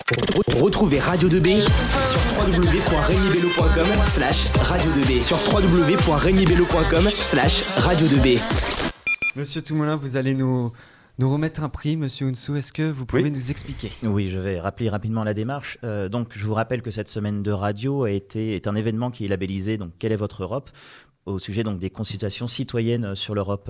Retrouvez Radio 2B sur www.regnibello.com/radio2b sur www.regnibello.com/radio2b. Monsieur Toumoulin, vous allez nous remettre un prix, Monsieur Hounsou. Est-ce que vous pouvez nous expliquer ? Oui, je vais rappeler rapidement la démarche. Donc, je vous rappelle que cette semaine de radio est un événement qui est labellisé. Donc, Quelle est votre Europe ? Au sujet donc des consultations citoyennes sur l'Europe.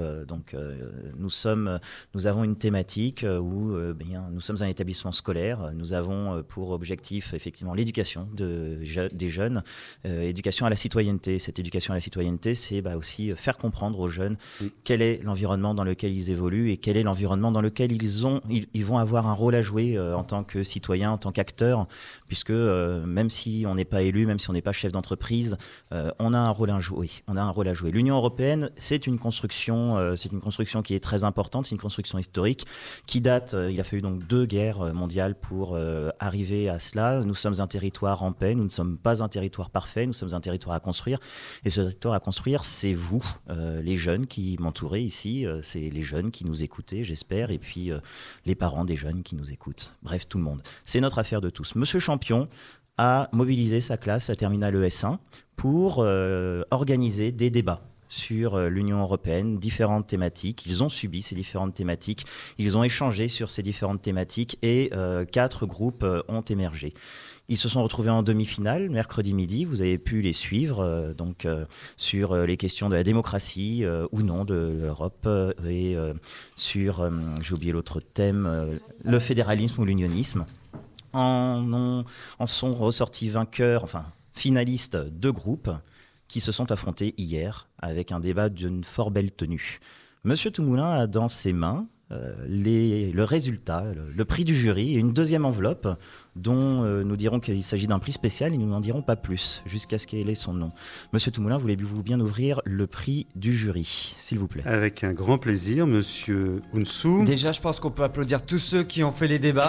Nous avons une thématique où nous sommes un établissement scolaire. Nous avons pour objectif effectivement l'éducation des jeunes, éducation à la citoyenneté. Cette éducation à la citoyenneté, c'est aussi faire comprendre aux jeunes quel est l'environnement dans lequel ils évoluent et quel est l'environnement dans lequel ils vont avoir un rôle à jouer en tant que citoyens, en tant qu'acteurs, puisque même si on n'est pas élu, même si on n'est pas chef d'entreprise, on a un rôle à jouer. L'Union européenne, c'est une construction qui est très importante, c'est une construction historique qui date, il a fallu donc 2 guerres mondiales pour arriver à cela. Nous sommes un territoire en paix, nous ne sommes pas un territoire parfait, nous sommes un territoire à construire. Et ce territoire à construire, c'est vous, les jeunes qui m'entourez ici, c'est les jeunes qui nous écoutez, j'espère, et puis les parents des jeunes qui nous écoutent. Bref, tout le monde. C'est notre affaire de tous. Monsieur Champion a mobilisé sa classe, la terminale ES1, pour organiser des débats sur l'Union européenne, différentes thématiques. Ils ont subi ces différentes thématiques, ils ont échangé sur ces différentes thématiques et 4 groupes ont émergé. Ils se sont retrouvés en demi-finale mercredi midi. Vous avez pu les suivre sur les questions de la démocratie ou non de l'Europe et sur, j'ai oublié l'autre thème, le fédéralisme ou l'unionisme. En sont ressortis finalistes 2 groupes qui se sont affrontés hier avec un débat d'une fort belle tenue. Monsieur Toumoulin a dans ses mains le résultat, le prix du jury et une deuxième enveloppe dont nous dirons qu'il s'agit d'un prix spécial et nous n'en dirons pas plus jusqu'à ce qu'elle ait son nom. Monsieur Toumoulin, voulez-vous bien ouvrir le prix du jury, s'il vous plaît ? Avec un grand plaisir, Monsieur Hounsou. Déjà, je pense qu'on peut applaudir tous ceux qui ont fait les débats.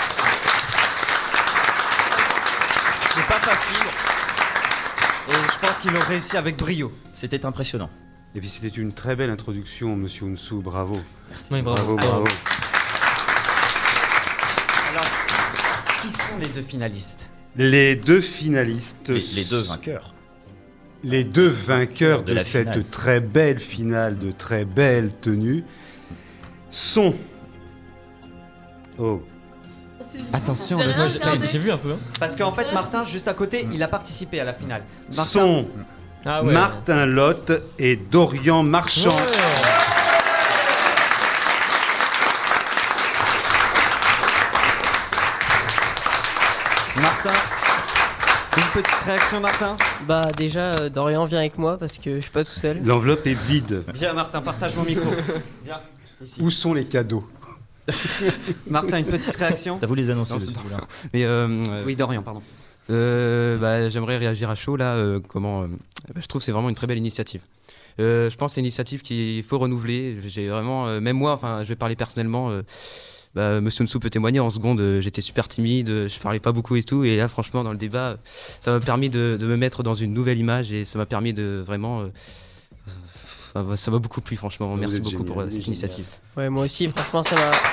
C'est pas facile. Et je pense qu'ils l'ont réussi avec brio. C'était impressionnant. Et puis c'était une très belle introduction, Monsieur Hounsou, bravo. Merci. Oui, bravo. Bravo. Alors, qui sont les 2 finalistes ? Les 2 finalistes... Les 2 vainqueurs. Les 2 vainqueurs de cette finale. très belle finale, de très belle tenue, sont... Oh. Attention, J'ai le rien suspense. regardé. J'ai vu un peu. Parce qu'en fait, Martin, juste à côté, il a participé à la finale. Martin, Sont Ah ouais. Martin Lotte et Dorian Marchand. Martin, une petite réaction, Martin ? Bah déjà, Dorian vient avec moi parce que je suis pas tout seul. L'enveloppe est vide. Viens, Martin, partage mon micro. Viens, ici. Où sont les cadeaux ? Martin, une petite réaction ? C'est à vous les annoncer. Non, monsieur c'est Toumoulin. Mais Oui, Dorian, pardon. j'aimerais réagir à chaud là. Je trouve que c'est vraiment une très belle initiative. Je pense que c'est une initiative qu'il faut renouveler. J'ai vraiment, même moi, je vais parler personnellement. Monsieur Hounsou peut témoigner. En seconde, j'étais super timide, je parlais pas beaucoup et tout. Et là, franchement, dans le débat, ça m'a permis de me mettre dans une nouvelle image et ça m'a permis de vraiment. Ça m'a beaucoup plu, franchement. Merci êtes beaucoup génial, pour vous êtes cette initiative. Ouais, moi aussi, franchement, ça m'a...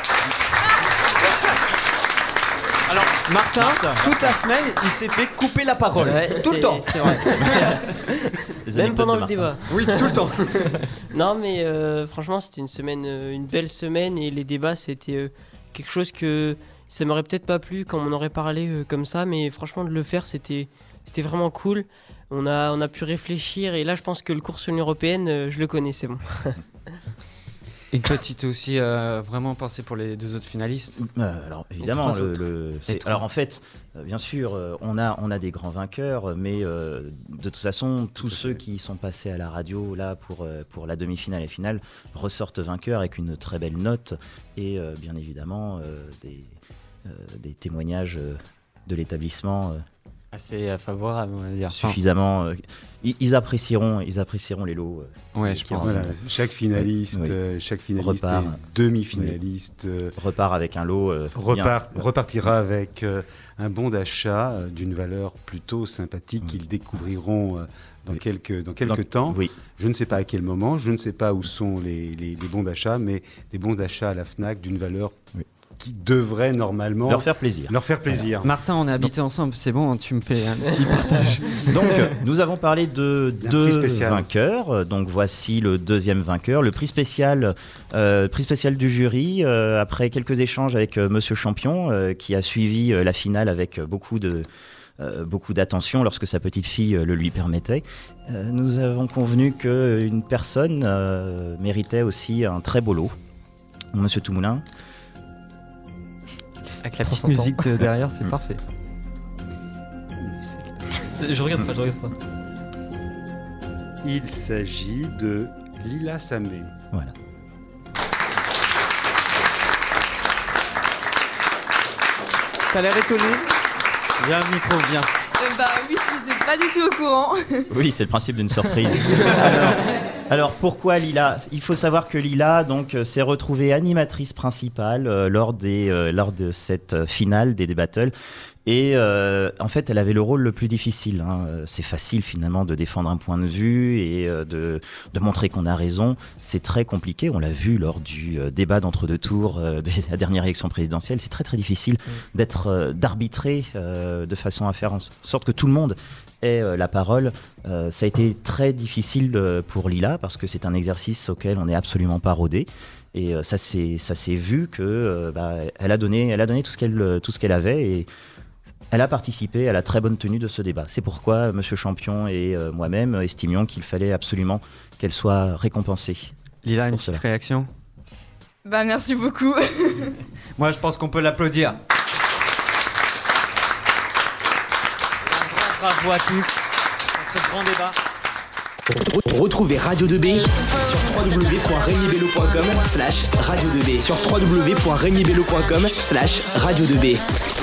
Alors, Martin, toute la semaine, il s'est fait couper la parole. Ouais, tout le temps. C'est vrai. Les Même anecdotes pendant de le Martin. débat. Oui, tout le temps. Non, mais franchement, c'était une semaine, une belle semaine et les débats, c'était quelque chose que ça m'aurait peut-être pas plu quand on en aurait parlé comme ça, mais franchement, de le faire, c'était vraiment cool. On a pu réfléchir et là, je pense que le cours sur l'Union européenne, je le connais, c'est bon. Une petite aussi, vraiment pensée pour les 2 autres finalistes. Alors évidemment, Les 3 autres. alors en fait, bien sûr, on a des grands vainqueurs, mais de toute façon, tous ceux qui sont passés à la radio là pour la demi-finale et finale ressortent vainqueurs avec une très belle note et bien évidemment des témoignages de l'établissement. Assez favorable, on va dire. Suffisamment. Ils apprécieront les lots. Ouais, je pense. Voilà, chaque finaliste, Repart. et demi-finaliste Repart avec un lot. repartira avec un bon d'achat d'une valeur plutôt sympathique qu'ils découvriront dans quelques temps. Oui. Je ne sais pas à quel moment, je ne sais pas où sont les bons d'achat, mais des bons d'achat à la FNAC d'une valeur qui devrait normalement Leur faire plaisir. Martin, on a habité ensemble, c'est bon, tu me fais un petit partage. Donc, nous avons parlé de D'un deux prix spécial. vainqueurs. Donc, voici le deuxième vainqueur. Le prix spécial du jury, après quelques échanges avec Monsieur Champion, qui a suivi la finale avec beaucoup d'attention lorsque sa petite fille le lui permettait. Nous avons convenu qu'une personne méritait aussi un très beau lot. Monsieur Toumoulin. Avec la petite musique derrière, c'est parfait. Je regarde pas. Il s'agit de Lila Samé. Voilà. T'as l'air étonné. Viens, le micro, viens. Bah oui, j'étais pas du tout au courant. Oui, c'est le principe d'une surprise. Alors pourquoi Lila ? Il faut savoir que Lila donc s'est retrouvée animatrice principale lors de cette finale des battles. Et en fait, elle avait le rôle le plus difficile. C'est facile finalement de défendre un point de vue et de montrer qu'on a raison. C'est très compliqué. On l'a vu lors du débat d'entre-deux tours de la dernière élection présidentielle. C'est très très difficile d'arbitrer de façon à faire en sorte que tout le monde ait la parole. Ça a été très difficile pour Lila parce que c'est un exercice auquel on n'est absolument pas rodé. Et ça s'est vu que elle a donné tout ce qu'elle avait et elle a participé à la très bonne tenue de ce débat. C'est pourquoi Monsieur Champion et moi-même estimions qu'il fallait absolument qu'elle soit récompensée. Lila, une petite réaction ? Bah merci beaucoup. Moi, je pense qu'on peut l'applaudir. Bravo à tous pour ce grand débat. Retrouvez Radio 2B sur www.regnibello.com/radio2b sur www.regnibello.com/radio2b.